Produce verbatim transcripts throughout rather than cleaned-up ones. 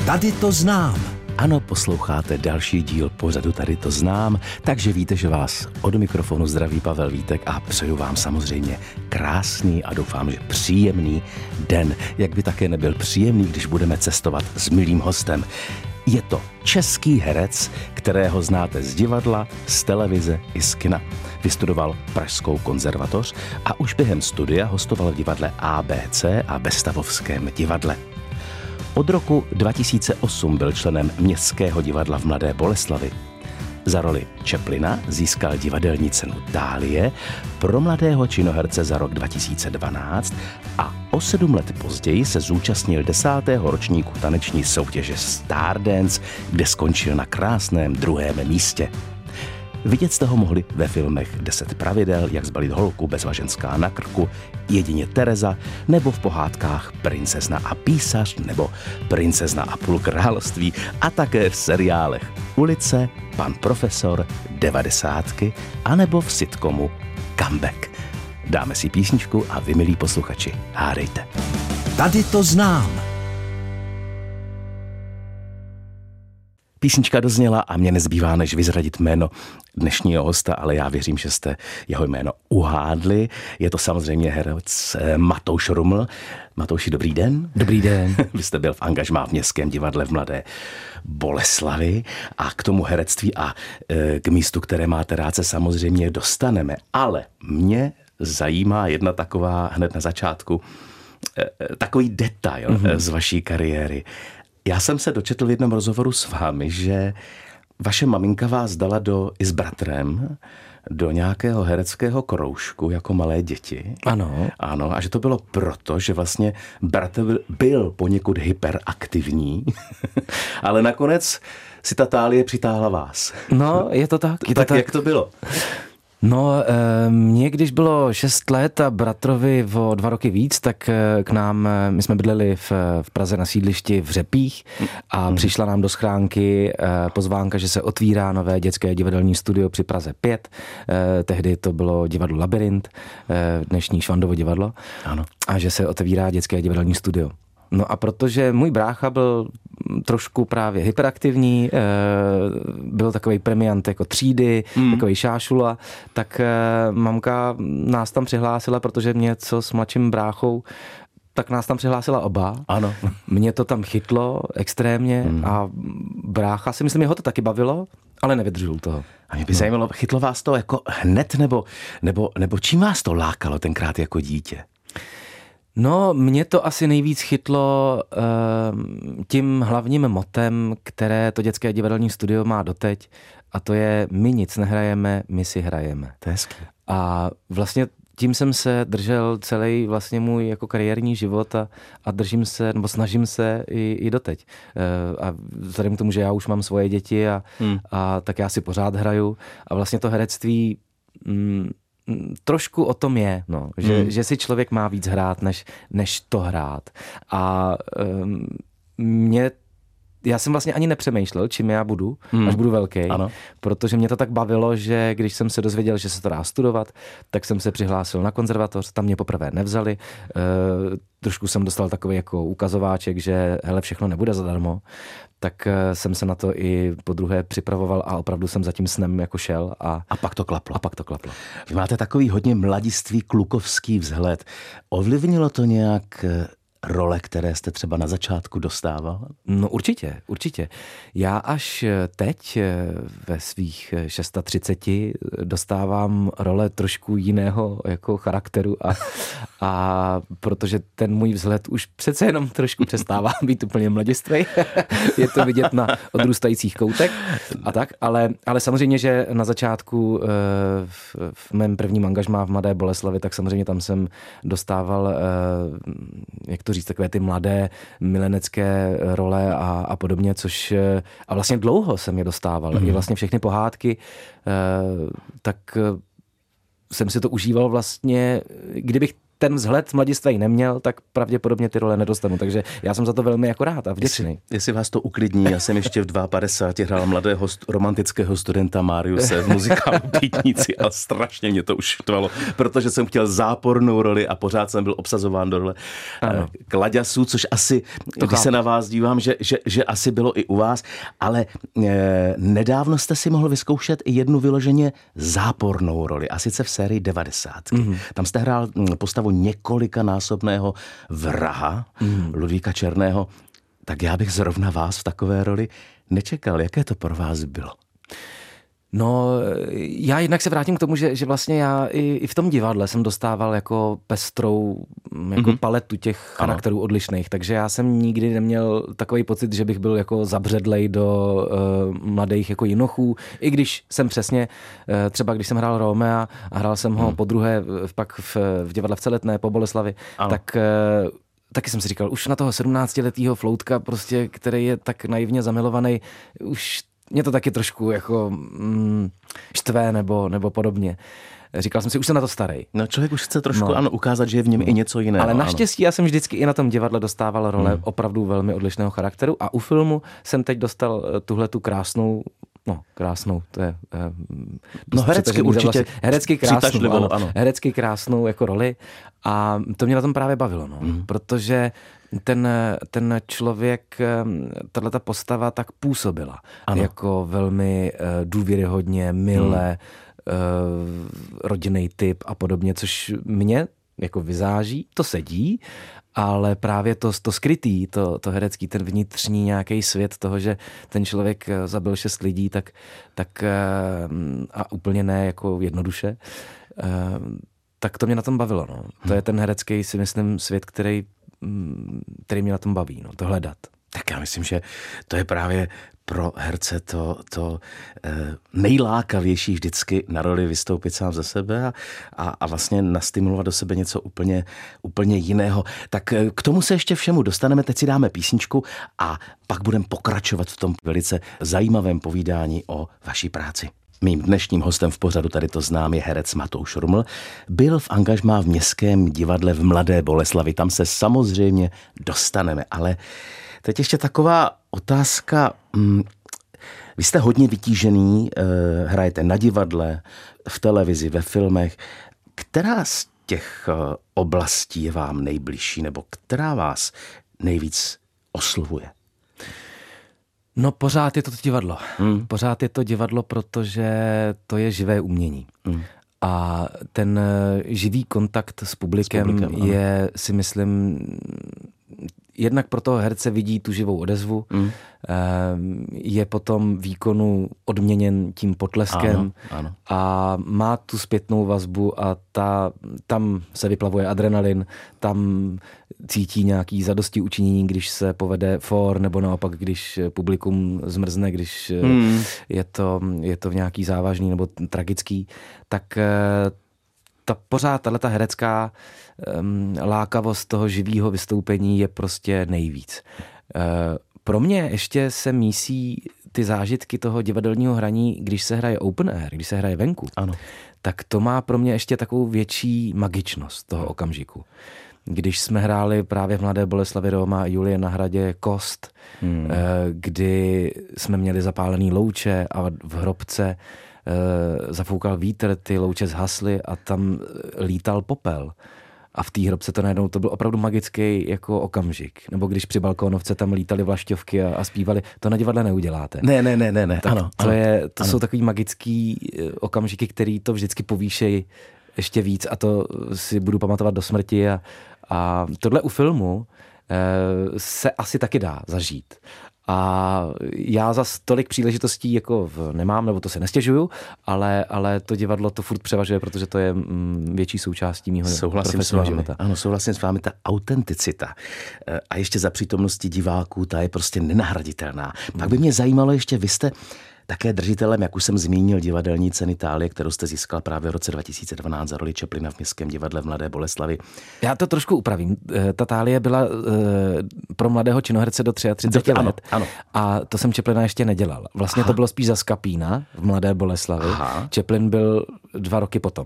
Tady to znám. Ano, posloucháte další díl pořadu Tady to znám, takže víte, že vás od mikrofonu zdraví Pavel Vítek a přeju vám samozřejmě krásný a doufám, že příjemný den, jak by také nebyl příjemný, když budeme cestovat s milým hostem. Je to český herec, kterého znáte z divadla, z televize i z kina. Vystudoval Pražskou konzervatoř a už během studia hostoval v divadle A B C a Bestavovském divadle. Od roku dva tisíce osm byl členem Městského divadla v Mladé Boleslavi. Za roli Chaplina získal divadelní cenu Thálie, pro mladého činoherce za rok dva tisíce dvanáct a o sedm let později se zúčastnil desátého ročníku taneční soutěže Stardance, kde skončil na krásném druhém místě. Vidět jste ho mohli ve filmech Deset pravidel, Jak zbalit holku, Bezvaženská na krku, Jedině Tereza, nebo v pohádkách Princezna a písař, nebo Princezna a půl království a také v seriálech Ulice, Pan profesor, Devadesátky, anebo v sitcomu Comeback. Dáme si písničku a vy, milí posluchači, hádejte. Tady to znám. Písnička dozněla a mě nezbývá, než vyzradit jméno dnešního hosta, ale já věřím, že jste jeho jméno uhádli. Je to samozřejmě herec Matouš Ruml. Matouši, dobrý den. Dobrý den. Vy jste byl v angažmá v Městském divadle v Mladé Boleslavi a k tomu herectví a k místu, které máte rád, se samozřejmě dostaneme. Ale mě zajímá jedna taková hned na začátku, takový detail mm-hmm. z vaší kariéry. Já jsem se dočetl v jednom rozhovoru s vámi, že vaše maminka vás dala do, i s bratrem do nějakého hereckého kroužku jako malé děti. Ano. Ano, a že to bylo proto, že vlastně bratr byl poněkud hyperaktivní, ale nakonec si ta Thálie přitáhla vás. No, je to tak. Je tak to tak. Jak to bylo? No, mně když bylo šest let a bratrovi o dva roky víc, tak k nám, my jsme bydleli v, v Praze na sídlišti v Řepích a mm. přišla nám do schránky pozvánka, že se otvírá nové dětské divadelní studio při Praze pět. Tehdy to bylo divadlo Labyrint, dnešní Švandovo divadlo. Ano. A že se otevírá dětské divadelní studio. No a protože můj brácha byl trošku právě hyperaktivní, byl takovej premiant jako třídy, mm. takovej šášula, tak mamka nás tam přihlásila, protože mě co s mladším bráchou, tak nás tam přihlásila oba. Ano. Mě to tam chytlo extrémně mm. a brácha si myslím, jeho to taky bavilo, ale nevydržel toho. A mě by no. zajímalo, chytlo vás to jako hned, nebo, nebo, nebo čím vás to lákalo tenkrát jako dítě? No, mě to asi nejvíc chytlo uh, tím hlavním motem, které to dětské divadelní studio má doteď, a to je my nic nehrajeme, my si hrajeme. To je hezký. A vlastně tím jsem se držel celý vlastně můj jako kariérní život a, a držím se, nebo snažím se i, i doteď. Uh, a vzhledem k tomu, že já už mám svoje děti a, hmm. a tak já si pořád hraju a vlastně to herectví mm, trošku o tom je, no, že, hmm. že si člověk má víc hrát, než, než to hrát. A um, mě, já jsem vlastně ani nepřemýšlel, čím já budu, hmm. až budu velký, ano. protože mě to tak bavilo, že když jsem se dozvěděl, že se to dá studovat, tak jsem se přihlásil na konzervatoř, tam mě poprvé nevzali, uh, trošku jsem dostal takový jako ukazováček, že hele, všechno nebude zadarmo, tak jsem se na to i po druhé připravoval a opravdu jsem za tím snem jako šel. A, a pak to klaplo. A pak to klaplo. Vy máte takový hodně mladistvý klukovský vzhled. Ovlivnilo to nějak role, které jste třeba na začátku dostával? No určitě, určitě. Já až teď ve svých třiceti šesti dostávám role trošku jiného jako charakteru a, a protože ten můj vzhled už přece jenom trošku přestává být úplně mladistvej. Je to vidět na odrůstajících koutech a tak, ale, ale samozřejmě, že na začátku v, v mém prvním angažmá v Mladé Boleslavi, tak samozřejmě tam jsem dostával, jak to říct, takové ty mladé milenecké role a, a podobně, což a vlastně dlouho jsem je dostával. Mm. I vlastně všechny pohádky, tak jsem si to užíval vlastně, kdybych ten vzhled mladistvej neměl, tak pravděpodobně ty role nedostanu. Takže já jsem za to velmi jako rád a vděčný. Jestli, jestli vás to uklidní, já jsem ještě v padesát dva hrál mladého romantického studenta Mariuse v muzikálu Pítníci a strašně mě to už štvalo, protože jsem chtěl zápornou roli a pořád jsem byl obsazován do role ano. kladěsů, což asi, to když chápu. se na vás dívám, že, že, že asi bylo i u vás, ale eh, nedávno jste si mohl vyzkoušet i jednu vyloženě zápornou roli, a sice v sérii devadesátky. Mm-hmm. Tam jste hrál postavu několikanásobného vraha mm. Ludvíka Černého, tak já bych zrovna vás v takové roli nečekal. Jaké to pro vás bylo? No, já jednak se vrátím k tomu, že, že vlastně já i, i v tom divadle jsem dostával jako pestrou jako mm-hmm. paletu těch charakterů ano. odlišných, takže já jsem nikdy neměl takový pocit, že bych byl jako zabředlej do uh, mladých jako jinochů, i když jsem přesně, uh, třeba když jsem hrál Romea a hrál jsem ho mm. po druhé v, pak v, v divadle v Celetné po Boleslavi, ano. tak uh, taky jsem si říkal, už na toho sedmnáctiletýho floutka, prostě, který je tak naivně zamilovaný, už mě to taky trošku jako mm, štve nebo, nebo podobně. Říkal jsem si, už jsem na to starý. No člověk už chce trošku no. ano, ukázat, že je v něm no. i něco jiného. Ale naštěstí já jsem vždycky i na tom divadle dostával role hmm. opravdu velmi odlišného charakteru a u filmu jsem teď dostal tuhle tu krásnou No, krásnou, to je... Eh, no herecky určitě. Vlastně, herecky krásnou, ano, ano. Herecky krásnou jako roli a to mě na tom právě bavilo, no. Mm. Protože ten, ten člověk, tato postava tak působila. Ano. Jako velmi uh, důvěryhodně, milé, mm. uh, rodinný typ a podobně, což mě jako vyzáží, to sedí, ale právě to, to skrytý, to, to herecký, ten vnitřní nějaký svět toho, že ten člověk zabil šest lidí, tak, tak a úplně ne jako jednoduše, tak to mě na tom bavilo. No. To je ten herecký, si myslím, svět, který, který mě na tom baví, no, to hledat. Tak já myslím, že to je právě pro herce to, to eh, nejlákavější vždycky na roli vystoupit sám za sebe a, a, a vlastně nastimulovat do sebe něco úplně, úplně jiného. Tak eh, k tomu se ještě všemu dostaneme, teď si dáme písničku a pak budeme pokračovat v tom velice zajímavém povídání o vaší práci. Mým dnešním hostem v pořadu Tady to znám je herec Matouš Ruml. Byl v angažmá v Městském divadle v Mladé Boleslavi. Tam se samozřejmě dostaneme, ale teď ještě taková otázka. Vy jste hodně vytížený, hrajete na divadle, v televizi, ve filmech. Která z těch oblastí je vám nejbližší, nebo která vás nejvíc oslovuje? No pořád je to divadlo. Hmm. Pořád je to divadlo, protože to je živé umění. Hmm. A ten živý kontakt s publikem, s publikem je, ano. si myslím, jednak pro toho herce vidí tu živou odezvu, mm. je potom výkonu odměněn tím potleskem ano, ano. a má tu zpětnou vazbu a ta, tam se vyplavuje adrenalin, tam cítí nějaký zadosti učinění, když se povede for, nebo naopak, když publikum zmrzne, když mm. je, to, je to nějaký závažný nebo tragický, tak ta pořád tato herecká um, lákavost toho živého vystoupení je prostě nejvíc. Uh, pro mě ještě se mísí ty zážitky toho divadelního hraní, když se hraje open air, když se hraje venku, ano. tak to má pro mě ještě takovou větší magičnost toho okamžiku. Když jsme hráli právě v Mladé Boleslavi Roma a Julie na hradě Kost, hmm. kdy jsme měli zapálený louče a v hrobce zafoukal vítr, ty louče zhasly a tam lítal popel. A v té hrobce to najednou, to byl opravdu magický jako okamžik. Nebo když při balkónovce tam lítaly vlašťovky a, a zpívali, to na divadle neuděláte. Ne, ne, ne, ne, ne. Tak ano, to, ano, je, to ano. jsou takový magický okamžiky, který to vždycky povýšejí ještě víc a to si budu pamatovat do smrti a, a tohle u filmu eh, se asi taky dá zažít. A já zas tolik příležitostí jako nemám, nebo to se nestěžuju, ale, ale to divadlo to furt převažuje, protože to je mm, větší součástí mýho profesního života. Ano, souhlasím s vámi, ta autenticita. A ještě za přítomnosti diváků, ta je prostě nenahraditelná. Hmm. Pak by mě zajímalo ještě, vy jste také držitelem, jak už jsem zmínil, divadelní ceny Thálie, kterou jste získal právě v roce dva tisíce dvanáct za roli Chaplina v Městském divadle v Mladé Boleslavi. Já to trošku upravím. Ta Thálie byla uh, pro mladého činoherce do třicet tři let. Ano, ano. A to jsem Chaplina ještě nedělal. Vlastně Aha. to bylo spíš za Skapína v Mladé Boleslavi. Aha. Chaplin byl dva roky potom.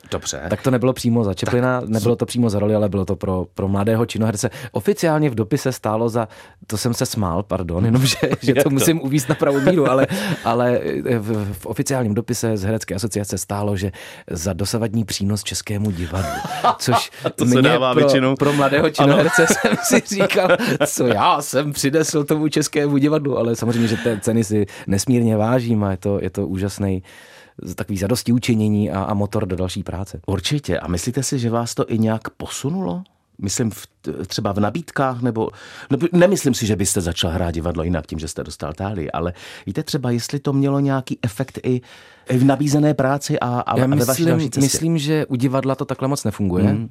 Dobře. Tak to nebylo přímo za Chaplina, tak, nebylo to přímo za roli, ale bylo to pro, pro mladého činoherce. Oficiálně v dopise stálo za, to jsem se smál, pardon, jenom že, že to musím uvíct na pravou míru, ale, ale v, v oficiálním dopise z Herecké asociace stálo, že za dosavadní přínos českému divadlu. Což to se dává pro, většinou. pro mladého činoherce jsem si říkal, co já jsem přinesl tomu českému divadlu, ale samozřejmě, že té ceny si nesmírně vážím a je to, je to úžasný takový zadosti učinění a, a motor do další práce. Určitě. A myslíte si, že vás to i nějak posunulo? Myslím v, třeba v nabídkách, nebo, nebo nemyslím si, že byste začal hrát divadlo jinak tím, že jste dostal Tálii, ale víte třeba, jestli to mělo nějaký efekt i, i v nabízené práci a, a, Já a ve myslím, vaší další cestě? Myslím, že u divadla to takhle moc nefunguje. Mm.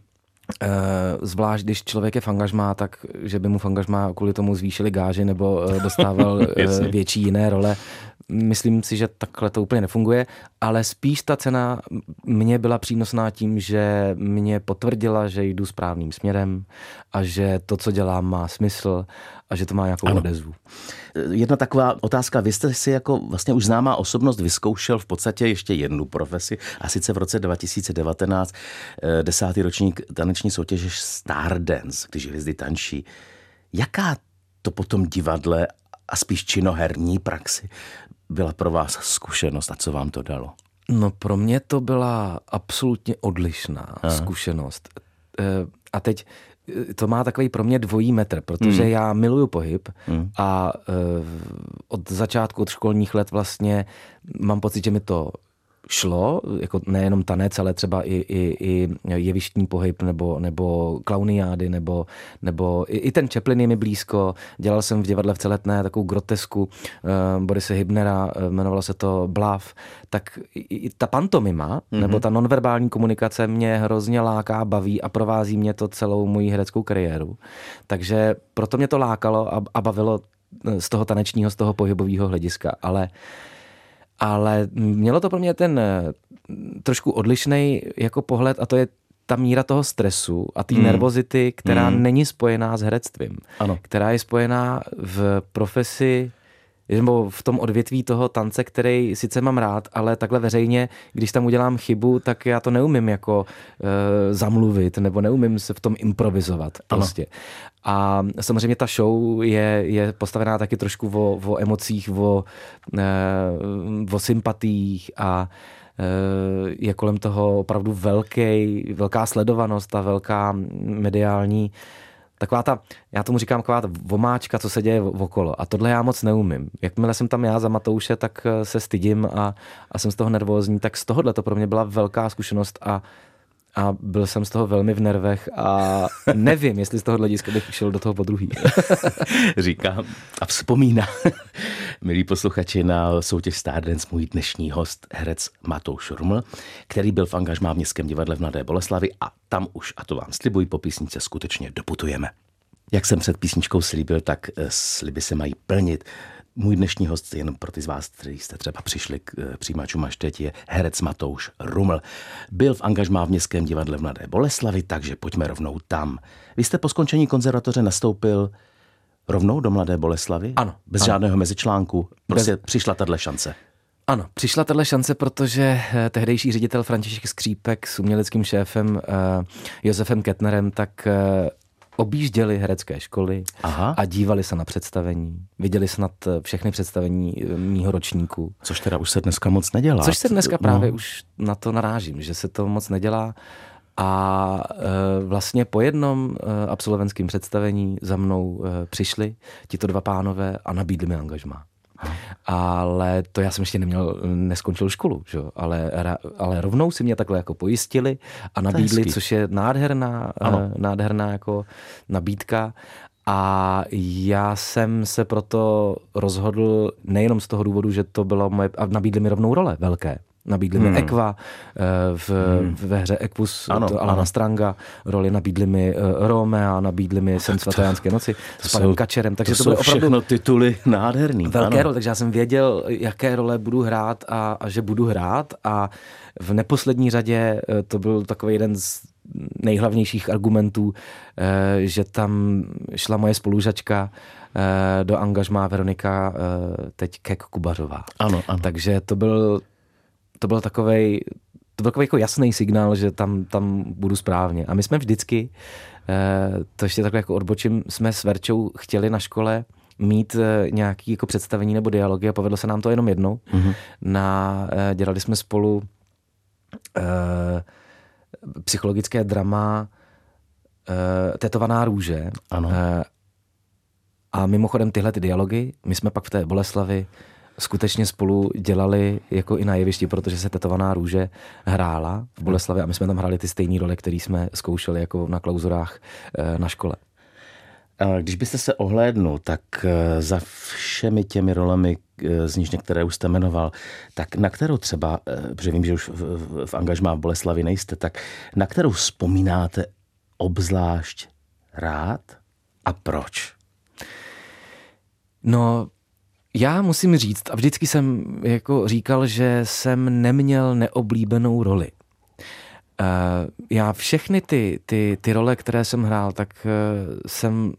Zvlášť, když člověk je v angažmá, tak že by mu v angažmá kvůli tomu zvýšili gáži nebo dostával větší jiné role. Myslím si, že takhle to úplně nefunguje, ale spíš ta cena mně byla přínosná tím, že mě potvrdila, že jdu správným směrem a že to, co dělám, má smysl a že to má nějakou ano. odezvu. Jedna taková otázka, vy jste si jako vlastně už známá osobnost vyzkoušel v podstatě ještě jednu profesi a sice v roce dva tisíce devatenáct desátý ročník taneční soutěže Stardance, když hvězdy tančí. Jaká to potom divadle a spíš činoherní praxi byla pro vás zkušenost a co vám to dalo? No pro mě to byla absolutně odlišná Aha. zkušenost. A teď to má takový pro mě dvojí metr, protože mm. já miluju pohyb mm. a od začátku, od školních let vlastně mám pocit, že mi to šlo, jako nejenom tanec, ale třeba i, i, i jevištní pohyb nebo, nebo klauniády, nebo, nebo i, i ten Chaplin je mi blízko. Dělal jsem v divadle v Celetné takovou grotesku uh, Borise Hybnera, uh, jmenovalo se to Bluff. Tak i, i ta pantomima, mm-hmm. nebo ta nonverbální komunikace mě hrozně láká, baví a provází mě to celou moji hereckou kariéru. Takže proto mě to lákalo a, a bavilo z toho tanečního, z toho pohybového hlediska. Ale Ale mělo to pro mě ten trošku odlišný jako pohled a to je ta míra toho stresu a té mm. nervozity, která mm. není spojená s herectvím. Ano. Která je spojená v profesi nebo v tom odvětví toho tance, který sice mám rád, ale takhle veřejně, když tam udělám chybu, tak já to neumím jako e, zamluvit nebo neumím se v tom improvizovat prostě. Ano. A samozřejmě ta show je, je postavená taky trošku o, o emocích, o, e, o sympatiích a e, je kolem toho opravdu velký, velká sledovanost a velká mediální taková ta, já tomu říkám taková ta vomáčka, co se děje okolo. A tohle já moc neumím. Jakmile jsem tam já za Matouše, tak se stydím a, a jsem z toho nervózní. Tak z tohohle to pro mě byla velká zkušenost a, a byl jsem z toho velmi v nervech a nevím, jestli z toho hlediska bych šel do toho podruhý. Říkám a vzpomíná, milí posluchači, na soutěž Stardance můj dnešní host, herec Matouš Ruml, který byl v angažmá v Městském divadle v Mladé Boleslavi a tam už, a to vám slibuji, po písničce skutečně doputujeme. Jak jsem před písničkou slíbil, tak sliby se mají plnit. Můj dnešní host, jen pro ty z vás, kteří jste třeba přišli k přijímačům až teď, je herec Matouš Ruml. Byl v angažmá v Městském divadle v Mladé Boleslavi, takže pojďme rovnou tam. Vy jste po skončení konzervatoře nastoupil rovnou do Mladé Boleslavy? Ano. Bez ano. žádného mezičlánku? Prostě Bez... přišla tato šance? Ano, přišla tato šance, protože tehdejší ředitel František Skřípek s uměleckým šéfem uh, Josefem Kettnerem tak uh, objížděli herecké školy Aha. a dívali se na představení. Viděli snad všechny představení mýho ročníku. Což teda už se dneska moc nedělá. Což se dneska právě no. už na to narážím, že se to moc nedělá. A e, vlastně po jednom e, absolventském představení za mnou e, přišli tito dva pánové a nabídli mi angažmá. Ale to já jsem ještě neměl, neskončil školu, že? Ale, ale rovnou si mě takhle jako pojistili a nabídli, což je nádherná, nádherná jako nabídka. A já jsem se proto rozhodl nejenom z toho důvodu, že to bylo moje, a nabídli mi rovnou role velké. Nabídli hmm. mi Equa v, hmm. ve hře Equus ano, to Alana ano. Stranga, roli nabídli mi Romea, nabídli mi Sen svatojánské noci s panem Kačerem, takže to, to byly opravdu tituly nádherný. Velké ano. role, takže já jsem věděl, jaké role budu hrát a, a že budu hrát a v neposlední řadě to byl takový jeden z nejhlavnějších argumentů, že tam šla moje spolužačka do angažmá Veronika teď Kek Kubařová. Ano, ano. Takže to byl To byl takovej, to to byl takový jako jasný signál, že tam, tam budu správně. A my jsme vždycky, to ještě takhle jako odbočím, jsme s Verčou chtěli na škole mít nějaký jako představení nebo dialogy a povedlo se nám to jenom jednou. Mm-hmm. Na, dělali jsme spolu eh, psychologické drama eh, Tetovaná růže. Ano. Eh, a mimochodem tyhle ty dialogy, my jsme pak v té Boleslavi skutečně spolu dělali jako i na jevišti, protože se Tetovaná růže hrála v Boleslavi a my jsme tam hráli ty stejné role, které jsme zkoušeli jako na klauzurách eh, na škole. Když byste se ohlédnul, tak za všemi těmi rolemi, z níž některé už jste jmenoval, tak na kterou třeba, protože vím, že už v, v angažmá v Boleslavi nejste, tak na kterou vzpomínáte obzvlášť rád a proč? No, já musím říct, a vždycky jsem jako říkal, že jsem neměl neoblíbenou roli. Já všechny ty, ty, ty role, které jsem hrál, tak jsem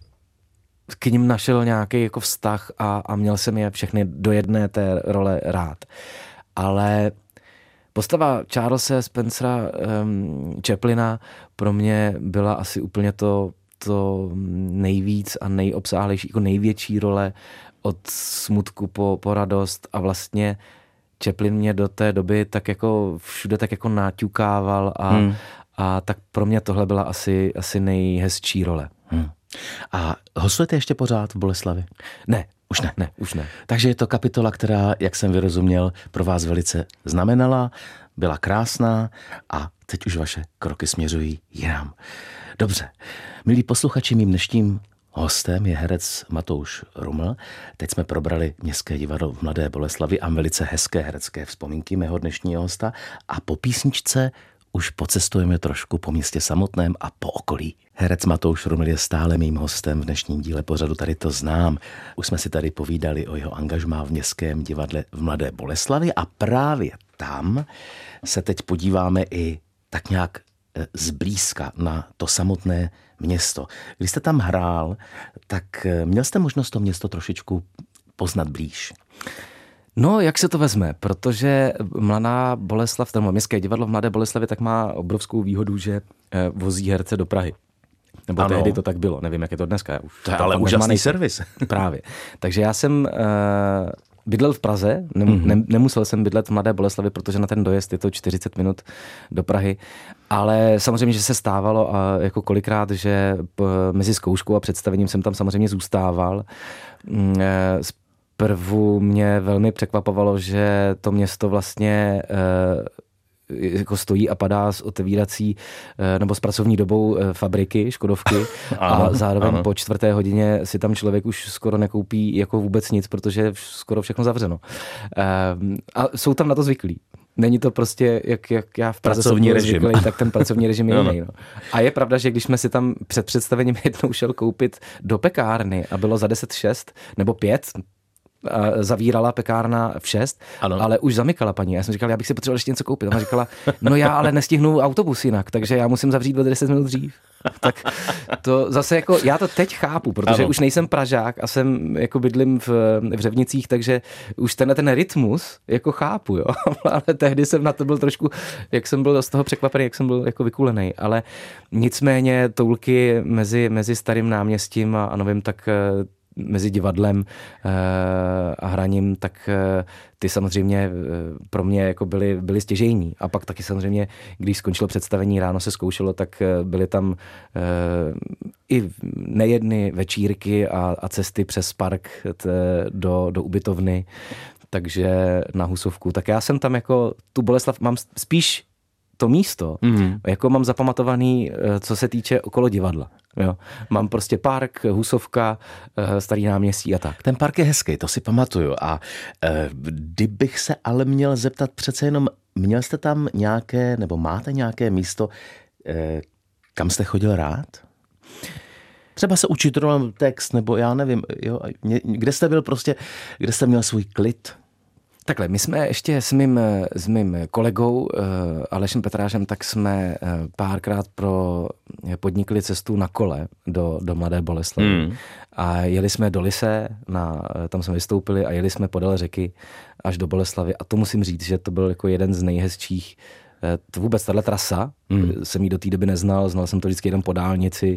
k nim našel nějaký jako vztah a, a měl jsem je všechny do jedné té role rád. Ale postava Charlesa Spencera um, Chaplina pro mě byla asi úplně to, to nejvíc a nejobsáhlejší, jako největší role od smutku po, po radost a vlastně Chaplin mě do té doby tak jako všude tak jako naťukával a, hmm. a tak pro mě tohle byla asi, asi nejhezčí role. Hmm. A hostujete ještě pořád v Boleslavi? Ne. Už ne? Ne, už ne. Takže je to kapitola, která, jak jsem vyrozuměl, pro vás velice znamenala, byla krásná a teď už vaše kroky směřují jinam. Dobře. Milí posluchači, mým dnešním hostem je herec Matouš Ruml. Teď jsme probrali Městské divadlo v Mladé Boleslavi a velice hezké herecké vzpomínky mého dnešního hosta a po písničce už pocestujeme trošku po městě samotném a po okolí. Herec Matouš Ruml je stále mým hostem v dnešním díle pořadu Tady to znám. Už jsme si tady povídali o jeho angažmá v Městském divadle v Mladé Boleslavi a právě tam se teď podíváme i tak nějak zblízka na to samotné město. Když jste tam hrál, tak měl jste možnost to město trošičku poznat blíž? No, jak se to vezme, protože Mladá Boleslav, ten Městské divadlo v Mladé Boleslavi, tak má obrovskou výhodu, že vozí herce do Prahy. Nebo ano. Tehdy to tak bylo, nevím, jak je to dneska. Už to je ale úžasný servis. Právě. Takže já jsem uh, bydlel v Praze, nem, mm-hmm. ne, nemusel jsem bydlet v Mladé Boleslavi, protože na ten dojezd je to čtyřicet minut do Prahy, ale samozřejmě, že se stávalo a jako kolikrát, že p, mezi zkouškou a představením jsem tam samozřejmě zůstával. Uh, Prvu mě velmi překvapovalo, že to město vlastně e, jako stojí a padá s otevírací e, nebo s pracovní dobou e, fabriky, Škodovky ano, a zároveň ano. Po čtvrté hodině si tam člověk už skoro nekoupí jako vůbec nic, protože je skoro všechno zavřeno. E, a jsou tam na to zvyklí. Není to prostě, jak, jak já v Praze pracovní jsem režim. Zvyklý, tak ten pracovní režim je jiný. No. A je pravda, že když jsme si tam před představením jednou šel koupit do pekárny a bylo za deset šest nebo pět, zavírala pekárna v šest, ano. Ale už zamykala paní. Já jsem říkal, já bych si potřeboval ještě něco koupit. Ona říkala, no já ale nestihnu autobus jinak, takže já musím zavřít o deset minut dřív. Tak to zase jako, já to teď chápu, protože ano. Už nejsem Pražák a jsem jako bydlím v, v Řevnicích, takže už tenhle ten rytmus jako chápu, jo. Ale tehdy jsem na to byl trošku, jak jsem byl z toho překvapený, jak jsem byl jako vykulený. Ale nicméně toulky mezi, mezi Starým náměstím a, a Novým, tak mezi divadlem a hraním, tak ty samozřejmě pro mě jako byly, byly stěžejní. A pak taky samozřejmě, když skončilo představení, ráno se zkoušelo, tak byly tam i nejedny večírky a, a cesty přes park do, do ubytovny, takže na Husovku. Tak já jsem tam jako tu Boleslav mám spíš to místo, mm. jako mám zapamatovaný, co se týče okolo divadla. Jo. Mám prostě park, Husovka, Starý náměstí a tak. Ten park je hezký, to si pamatuju. A e, kdybych se ale měl zeptat přece jenom, měl jste tam nějaké, nebo máte nějaké místo, e, kam jste chodil rád? Třeba se učit text, nebo já nevím, jo, kde jste byl prostě, kde jste měl svůj klid? Takhle, my jsme ještě s mým, s mým kolegou uh, Alešem Petrášem, tak jsme uh, párkrát pro podnikli cestu na kole do, do Mladé Boleslavy. Hmm. A jeli jsme do Lise, na, tam jsme vystoupili a jeli jsme podél řeky až do Boleslavy. A to musím říct, že to byl jako jeden z nejhezčích to vůbec tahle trasa, hmm. jsem ji do té doby neznal, znal jsem to vždycky jenom po dálnici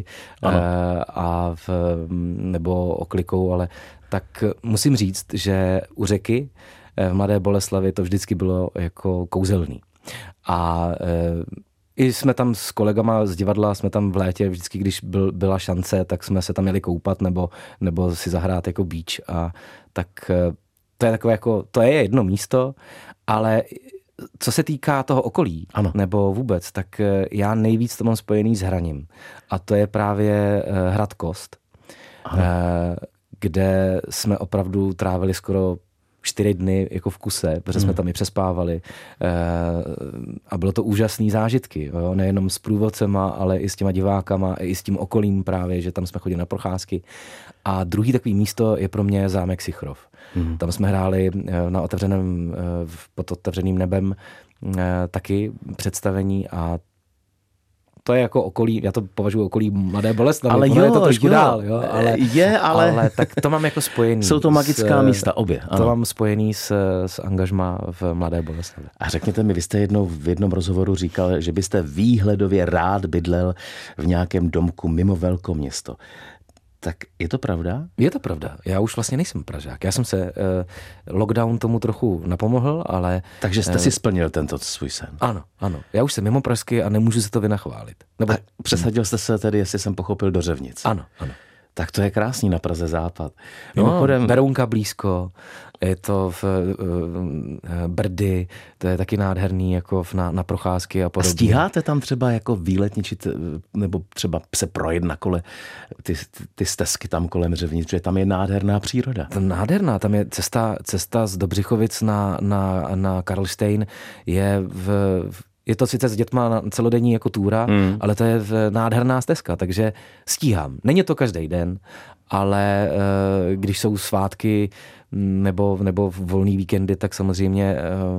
a v, nebo oklikou, ale tak musím říct, že u řeky v Mladé Boleslavi to vždycky bylo jako kouzelný. A i jsme tam s kolegama z divadla, jsme tam v létě, vždycky, když byl, byla šance, tak jsme se tam jeli koupat nebo, nebo si zahrát jako beach. A tak to je takové jako, to je jedno místo, ale co se týká toho okolí, ano. nebo vůbec, tak já nejvíc to mám spojený s hraním. A to je právě Hrad Kost, ano. kde jsme opravdu trávili skoro čtyři dny jako v kuse, protože jsme tam i přespávali a bylo to úžasný zážitky, jo? Nejenom s průvodcema, ale i s těma divákama, i s tím okolím právě, že tam jsme chodili na procházky. A druhý takový místo je pro mě zámek Sichrov. Hmm. Tam jsme hráli na otevřeném, pod otevřeným nebem taky představení a to je jako okolí, já to považuji okolí Mladé Boleslavy, ale jo, je to trošku jo, dál, jo, ale, je, ale... ale tak to mám jako spojený. Jsou to magická s, místa, obě. Ano. To mám spojený s, s angažmá v Mladé Boleslavi. A řekněte mi, vy jste jednou v jednom rozhovoru říkal, že byste výhledově rád bydlel v nějakém domku mimo velkoměsto. Tak je to pravda? Je to pravda. Já už vlastně nejsem Pražák. Já jsem se, eh, lockdown tomu trochu napomohl, ale... Takže jste eh, si splnil tento svůj sen. Ano, ano. Já už jsem mimo pražsky a nemůžu si to vynachválit. Nebo... Přesadil jste se tedy, jestli jsem pochopil, do Řevnic. Ano, ano. Tak to je krásný na Praze západ. Mimochodem, no, Berounka blízko, je to v uh, Brdy, to je taky nádherný jako v, na, na procházky a podobně. A stíháte tam třeba jako výletničit, nebo třeba se projet na kole ty, ty stezky tam kolem Řevnic, protože tam je nádherná příroda. Tam nádherná, tam je cesta, cesta z Dobřichovic na, na, na Karlštejn je v, v Je to sice s dětma na celodenní jako túra, mm. ale to je nádherná stezka, takže stíhám. Není to každý den, ale když jsou svátky nebo, nebo volný víkendy, tak samozřejmě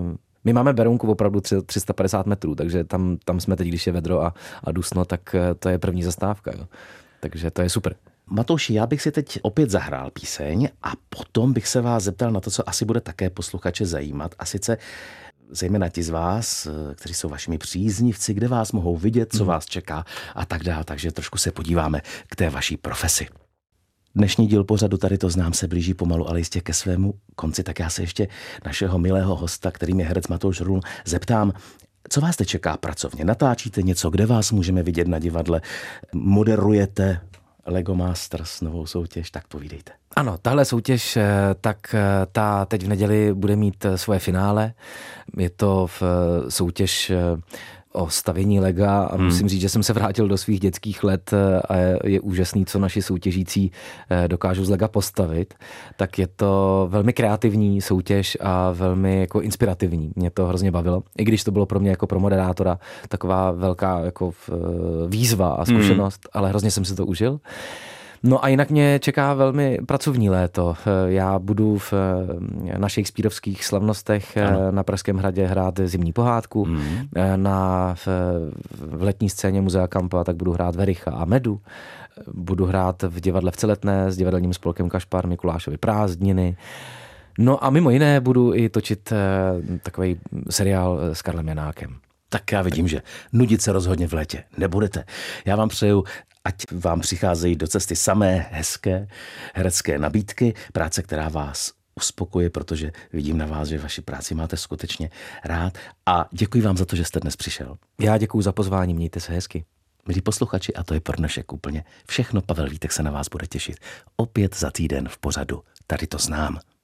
my máme Berounku opravdu tři sta padesát metrů, takže tam, tam jsme teď, když je vedro a, a dusno, tak to je první zastávka. Jo. Takže to je super. Matouši, já bych si teď opět zahrál píseň a potom bych se vás zeptal na to, co asi bude také posluchače zajímat, a sice zejména ti z vás, kteří jsou vašimi příznivci, kde vás mohou vidět, co vás čeká a tak dále. Takže trošku se podíváme k té vaší profesi. Dnešní díl pořadu Tady to znám se blíží pomalu, ale jistě ke svému konci, tak já se ještě našeho milého hosta, kterým je herec Matouš Růl, zeptám, co vás teď čeká pracovně? Natáčíte něco, kde vás můžeme vidět na divadle? Moderujete Lego Masters, novou soutěž, tak povídejte. Ano, tahle soutěž, tak ta teď v neděli bude mít svoje finále. Je to v soutěž o stavění lega a musím hmm. říct, že jsem se vrátil do svých dětských let a je úžasný, co naši soutěžící dokážou z lega postavit. Tak je to velmi kreativní soutěž a velmi jako inspirativní. Mě to hrozně bavilo. I když to bylo pro mě jako pro moderátora taková velká jako výzva a zkušenost, hmm. ale hrozně jsem si to užil. No a jinak mě čeká velmi pracovní léto. Já budu v, na shakespearovských slavnostech ano. na Pražském hradě hrát zimní pohádku. Mm. Na, v, v letní scéně Muzea Kampa tak budu hrát Vericha a Medu. Budu hrát v divadle v Celetné s divadelním spolkem Kašpar Mikulášovy prázdniny. No a mimo jiné budu i točit takový seriál s Karlem Janákem. Tak já vidím, že nudit se rozhodně v létě nebudete. Já vám přeju, ať vám přicházejí do cesty samé hezké herecké nabídky, práce, která vás uspokojí, protože vidím na vás, že vaši práci máte skutečně rád. A děkuji vám za to, že jste dnes přišel. Já děkuji za pozvání, mějte se hezky. Milí posluchači, a to je pro dnešek úplně všechno. Pavel Vítek se na vás bude těšit opět za týden v pořadu Tady to znám.